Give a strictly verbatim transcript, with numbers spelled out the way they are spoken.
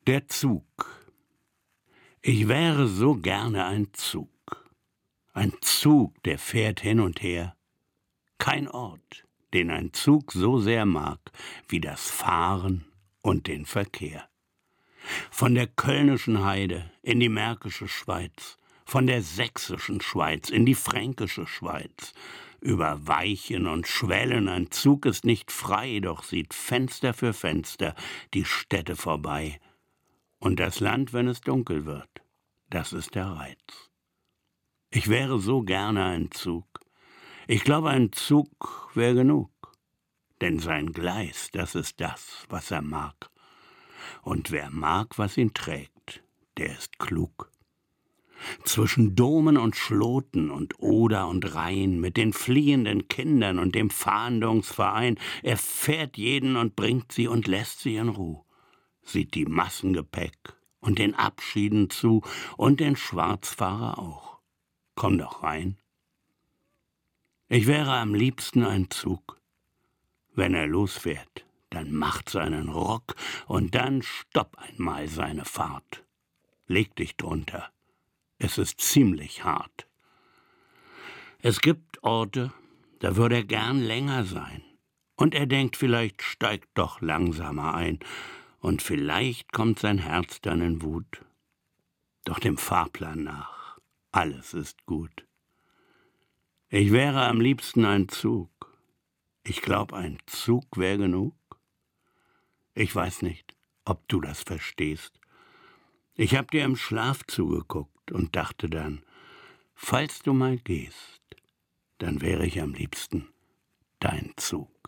Der Zug. Ich wäre so gerne ein Zug. Ein Zug, der fährt hin und her. Kein Ort, den ein Zug so sehr mag, wie das Fahren und den Verkehr. Von der kölnischen Heide in die märkische Schweiz, von der sächsischen Schweiz in die fränkische Schweiz. Über Weichen und Schwellen, ein Zug ist nicht frei, doch sieht Fenster für Fenster die Städte vorbei. Und das Land, wenn es dunkel wird, das ist der Reiz. Ich wäre so gerne ein Zug. Ich glaube, ein Zug wäre genug. Denn sein Gleis, das ist das, was er mag. Und wer mag, was ihn trägt, der ist klug. Zwischen Domen und Schloten und Oder und Rhein, mit den fliehenden Kindern und dem Fahndungsverein, er fährt jeden und bringt sie und lässt sie in Ruh, sieht die Massengepäck und den Abschieden zu und den Schwarzfahrer auch. Komm doch rein. Ich wäre am liebsten ein Zug. Wenn er losfährt, dann macht seinen Ruck und dann stopp einmal seine Fahrt. Leg dich drunter. Es ist ziemlich hart. Es gibt Orte, da würde er gern länger sein. Und er denkt, vielleicht steigt doch langsamer ein. Und vielleicht kommt sein Herz dann in Wut. Doch dem Fahrplan nach, alles ist gut. Ich wäre am liebsten ein Zug. Ich glaub, ein Zug wär genug. Ich weiß nicht, ob du das verstehst. Ich hab dir im Schlaf zugeguckt und dachte dann, falls du mal gehst, dann wäre ich am liebsten dein Zug.